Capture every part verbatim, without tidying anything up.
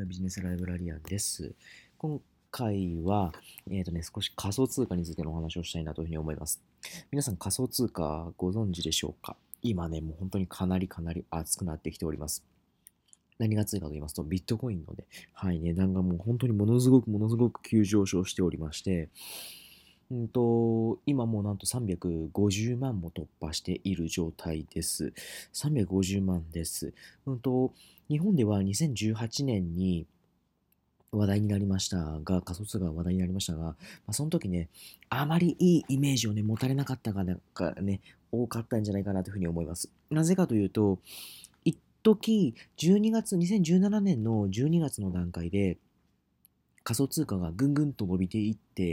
ビジネスライブラリアンです。今回は、えーとね、少し仮想通貨についてのお話をしたいなというふうに思います。皆さん仮想通貨ご存知でしょうか？今ね、もう本当にかなりかなり熱くなってきております。何が熱いかと言いますと、ビットコインのね、はい、値段がもう本当にものすごくものすごく急上昇しておりまして、うんと、今もうなんとさんびゃくごじゅうまんも突破している状態です。さんびゃくごじゅうまんです。うんと、日本ではにせんじゅうはちねんに話題になりましたが、仮想通貨が話題になりましたが、まあ、その時ね、あまりいいイメージをね、持たれなかった方がね、多かったんじゃないかなというふうに思います。なぜかというと、一時じゅうにがつ、にせんじゅうななねんのじゅうにがつの段階で、仮想通貨がぐんぐんと伸びていって、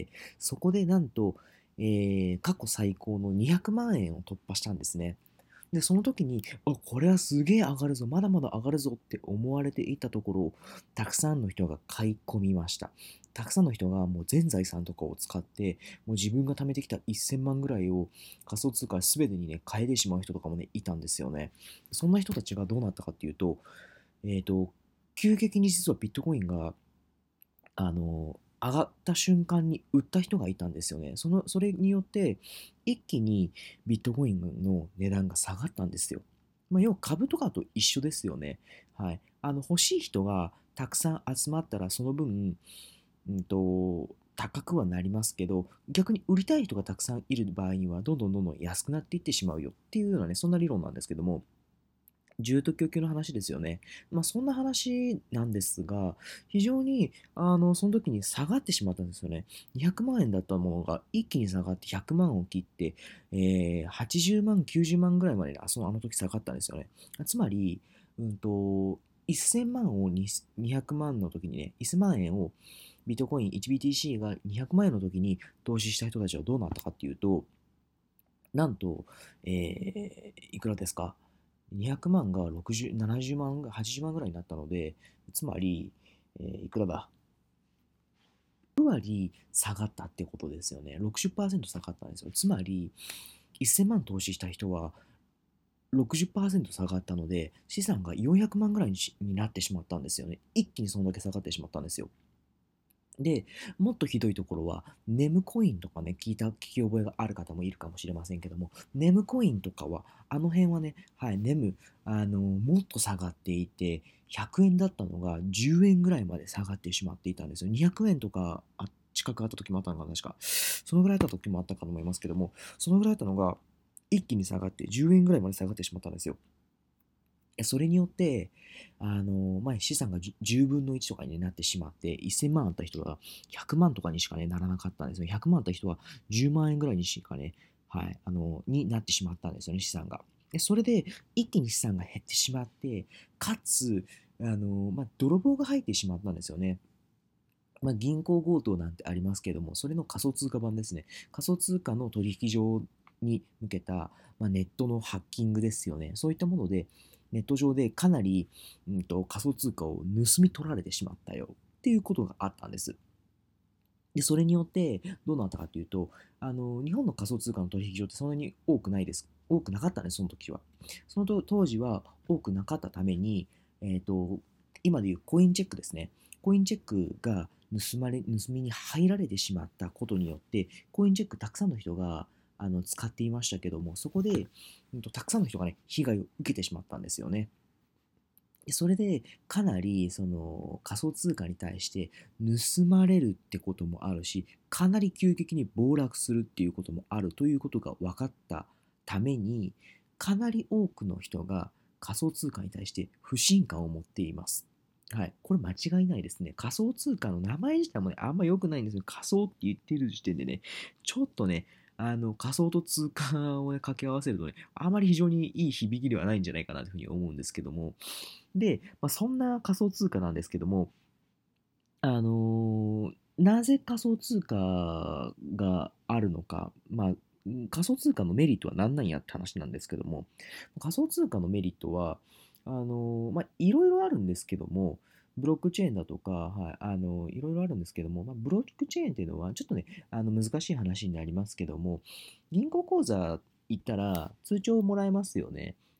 そこでなんと、えー過去最高のにひゃくまん円を突破したんですね。で、その時に、あ、これはすげえ上がるぞ、まだまだ上がるぞって思われていたところ、たくさんの人が買い込みました。たくさんの人がもう全財産とかを使って、もう自分が貯めてきたせんまんぐらいを仮想通貨すべてにね、変えてしまう人とかもね、いたんですよね。そんな人たちがどうなったかっていうと、えっと、急激に実はビットコインがあの、上がった瞬間に売った人がいたんですよね。その、それによって、一気にビットコインの値段が下がったんですよ。まあ、要は株とかと一緒ですよね。はい。あの、欲しい人がたくさん集まったら、その分、うんと、高くはなりますけど、逆に売りたい人がたくさんいる場合には、どんどんどんどん安くなっていってしまうよっていうようなね、そんな理論なんですけども、需要と供給の話ですよね。まあ、そんな話なんですが、非常に、あの、その時に下がってしまったんですよね。にひゃくまん円だったものが一気に下がってひゃくまんを切って、えー、はちじゅうまん、きゅうじゅうまんぐらいまであそのあの時下がったんですよね。つまり、うんと、せんまんをにひゃくまんの時にね、せんまん円をビットコイン いちビーティーシー がにひゃくまん円の時に投資した人たちはどうなったかっていうと、なんと、えー、いくらですか？ にひゃく 万がろくじゅう、ななじゅうまん、はちじゅうまんぐらいになったので、つまり、えーいくらだ？ ろく 割下がったってことですよね。ろくじゅっパーセント下がったんですよ。つまり、せんまん投資した人はろくじゅっパーセント下がったので、資産がよんひゃくまんぐらいにしになってしまったんですよね。一気にそんだけ下がってしまったんですよ。で、もっとひどいところは、ネムコインとかね、聞いた、聞き覚えがある方もいるかもしれませんけども、ネムコインとかは、あの辺はね、はい、ネム、あの、もっと下がっていて、ひゃくえんだったのがじゅうえんぐらいまで下がってしまっていたんですよ。にひゃくえんとか、あ近くあった時もあったのかな、確か。そのぐらいあった時もあったかと思いますけども、そのぐらいあったのが、一気に下がってじゅうえんぐらいまで下がってしまったんですよ。それによって、あの、まあ、資産がじゅうぶんのいちとかになってしまって、せんまんあった人がひゃくまんとかにしかね、ならなかったんですよ。ひゃくまんあった人はじゅうまん円ぐらいにしかね、はい、あの、になってしまったんですよね、資産が。で、それで一気に資産が減ってしまって、かつ、あの、まあ、泥棒が入ってしまったんですよね。まあ、銀行強盗なんてありますけども、それの仮想通貨版ですね。仮想通貨の取引所に向けた、まあ、ネットのハッキングですよね。そういったもので、ネット上でかなり、うんと、仮想通貨を盗み取られてしまったよっていうことがあったんです。で、それによってどうなったかというと、あの、日本の仮想通貨の取引所ってそんなに多くないです。多くなかったんです、その時は。その当時は多くなかったために、えっと、今でいうコインチェックですね。コインチェックが盗まれ、盗みに入られてしまったことによって、コインチェックたくさんの人があの使っていましたけども、そこで、うんと、たくさんの人がね、被害を受けてしまったんですよね。でそれでかなりその仮想通貨に対して盗まれるってこともあるし、かなり急激に暴落するっていうこともあるということが分かったために、かなり多くの人が仮想通貨に対して不信感を持っています。はい。これ間違いないですね。仮想通貨の名前自体もね、あんま良くないんですよ。仮想って言ってる時点でね、ちょっとね、あの仮想と通貨を、ね、掛け合わせるとね、あまり非常にいい響きではないんじゃないかなというふうに思うんですけども、で、まあ、そんな仮想通貨なんですけども、あのーなぜ仮想通貨があるのか、まあ、仮想通貨のメリットは何なんやって話なんですけども、仮想通貨のメリットは、あのーまあ、いろいろあるんですけども、ブロックチェーンだとか、はい、あのいろいろあるんですけども、まあ、ブロックチェーンっていうのは、ちょっとね、あの難しい話になりますけども、銀行口座行ったら通帳をもらえますよね。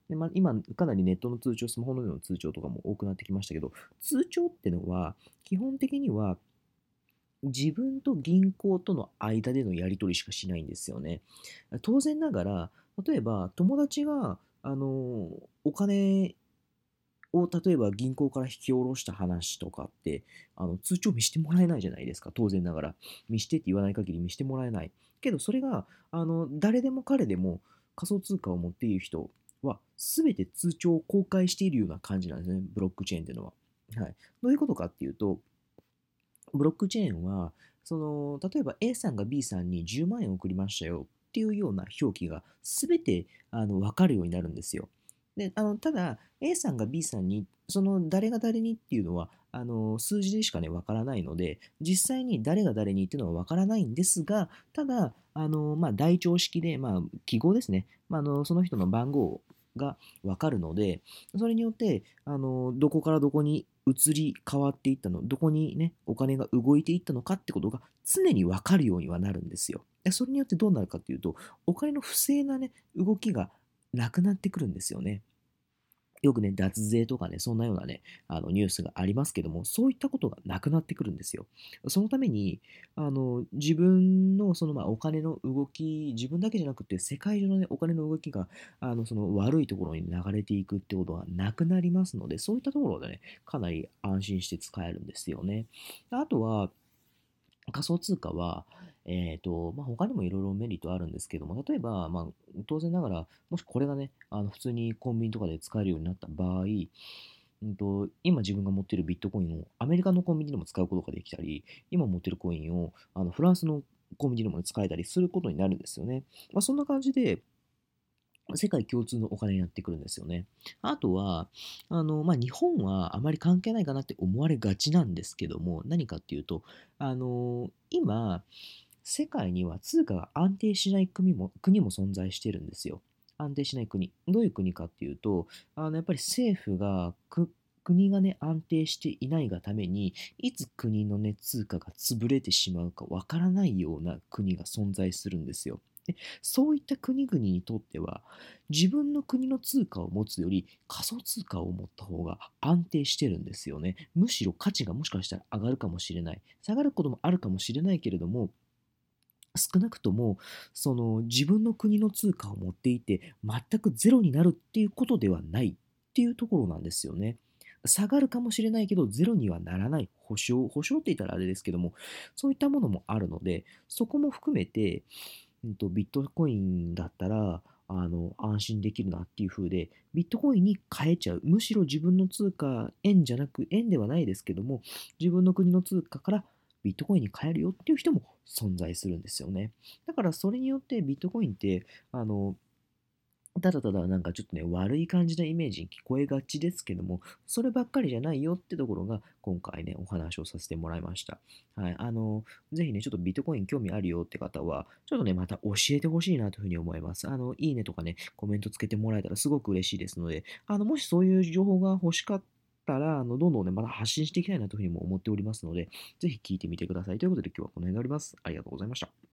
で、まあ、今、かなりネットの通帳、スマホのような通帳とかも多くなってきましたけど、通帳ってのは、基本的には自分と銀行との間でのやり取りしかしないんですよね。当然ながら、例えば友達が、あの、お金を例えば銀行から引き下ろした話とかって、あの通帳見してもらえないじゃないですか、当然ながら。見してって言わない限り見してもらえない。けど、それが、あの、誰でも彼でも仮想通貨を持っている人は、すべて通帳を公開しているような感じなんですね、ブロックチェーンっていうのは。はい。どういうことかっていうと、ブロックチェーンは、その、例えば A さんが B さんにじゅうまん円送りましたよっていうような表記が全てあの分かるようになるんですよ。で、あの、ただ A さんが B さんに、その誰が誰にっていうのは、あの、数字でしかね、わからないので、実際に誰が誰にっていうのはわからないんですが、ただ、あの、まあ、台帳式で、まあ、記号ですね。まあ、あの、その人の番号がわかるので、それによって、あの、どこからどこに移り変わっていったの、どこにね、お金が動いていったのかってことが常にわかるようにはなるんですよ。でそれによってどうなるかっていうと、お金の不正なね、動きがなくなってくるんですよね。よくね、脱税とかね、そんなようなね、あのニュースがありますけども、そういったことがなくなってくるんですよ。そのために、あの、自分のそのまあお金の動き、自分だけじゃなくて、世界中のね、お金の動きが、あの、その悪いところに流れていくってことはなくなりますので、そういったところでね、かなり安心して使えるんですよね。あとは、仮想通貨は、えっと、まあ、他にもいろいろメリットあるんですけども、例えば、まあ、当然ながら、もしこれがね、あの普通にコンビニとかで使えるようになった場合、うんと、今自分が持っているビットコインをアメリカのコンビニでも使うことができたり、今持っているコインをあのフランスのコンビニでも使えたりすることになるんですよね。まあ、そんな感じで、世界共通のお金になってくるんですよね。あとは、あの、まあ、日本はあまり関係ないかなって思われがちなんですけども、何かっていうと、あの、今、世界には通貨が安定しない国も、国も存在してるんですよ。安定しない国。どういう国かっていうと、あの、やっぱり政府が、く国がね、安定していないがために、いつ国のね、通貨が潰れてしまうかわからないような国が存在するんですよ。でそういった国々にとっては、自分の国の通貨を持つより仮想通貨を持った方が安定してるんですよね。むしろ価値がもしかしたら上がるかもしれない。下がることもあるかもしれないけれども、少なくとも、その自分の国の通貨を持っていて、全くゼロになるっていうことではないっていうところなんですよね。下がるかもしれないけど、ゼロにはならない保証、保証って言ったらあれですけども、そういったものもあるので、そこも含めて、うんと、ビットコインだったら、あの、安心できるなっていう風で、ビットコインに変えちゃう。むしろ自分の通貨、円じゃなく、円ではないですけども、自分の国の通貨からビットコインに変えるよっていう人も存在するんですよね。だからそれによってビットコインって、あの、ただただなんかちょっとね、悪い感じのイメージに聞こえがちですけども、そればっかりじゃないよってところが今回ね、お話をさせてもらいました。はい。あの、ぜひね、ちょっとビットコイン興味あるよって方は、ちょっとね、また教えてほしいなというふうに思います。あの、いいねとかね、コメントつけてもらえたらすごく嬉しいですので、あの、もしそういう情報が欲しかったら、あの、どんどんね、また発信していきたいなというふうにも思っておりますので、ぜひ聞いてみてください。ということで今日はこの辺でおります。ありがとうございました。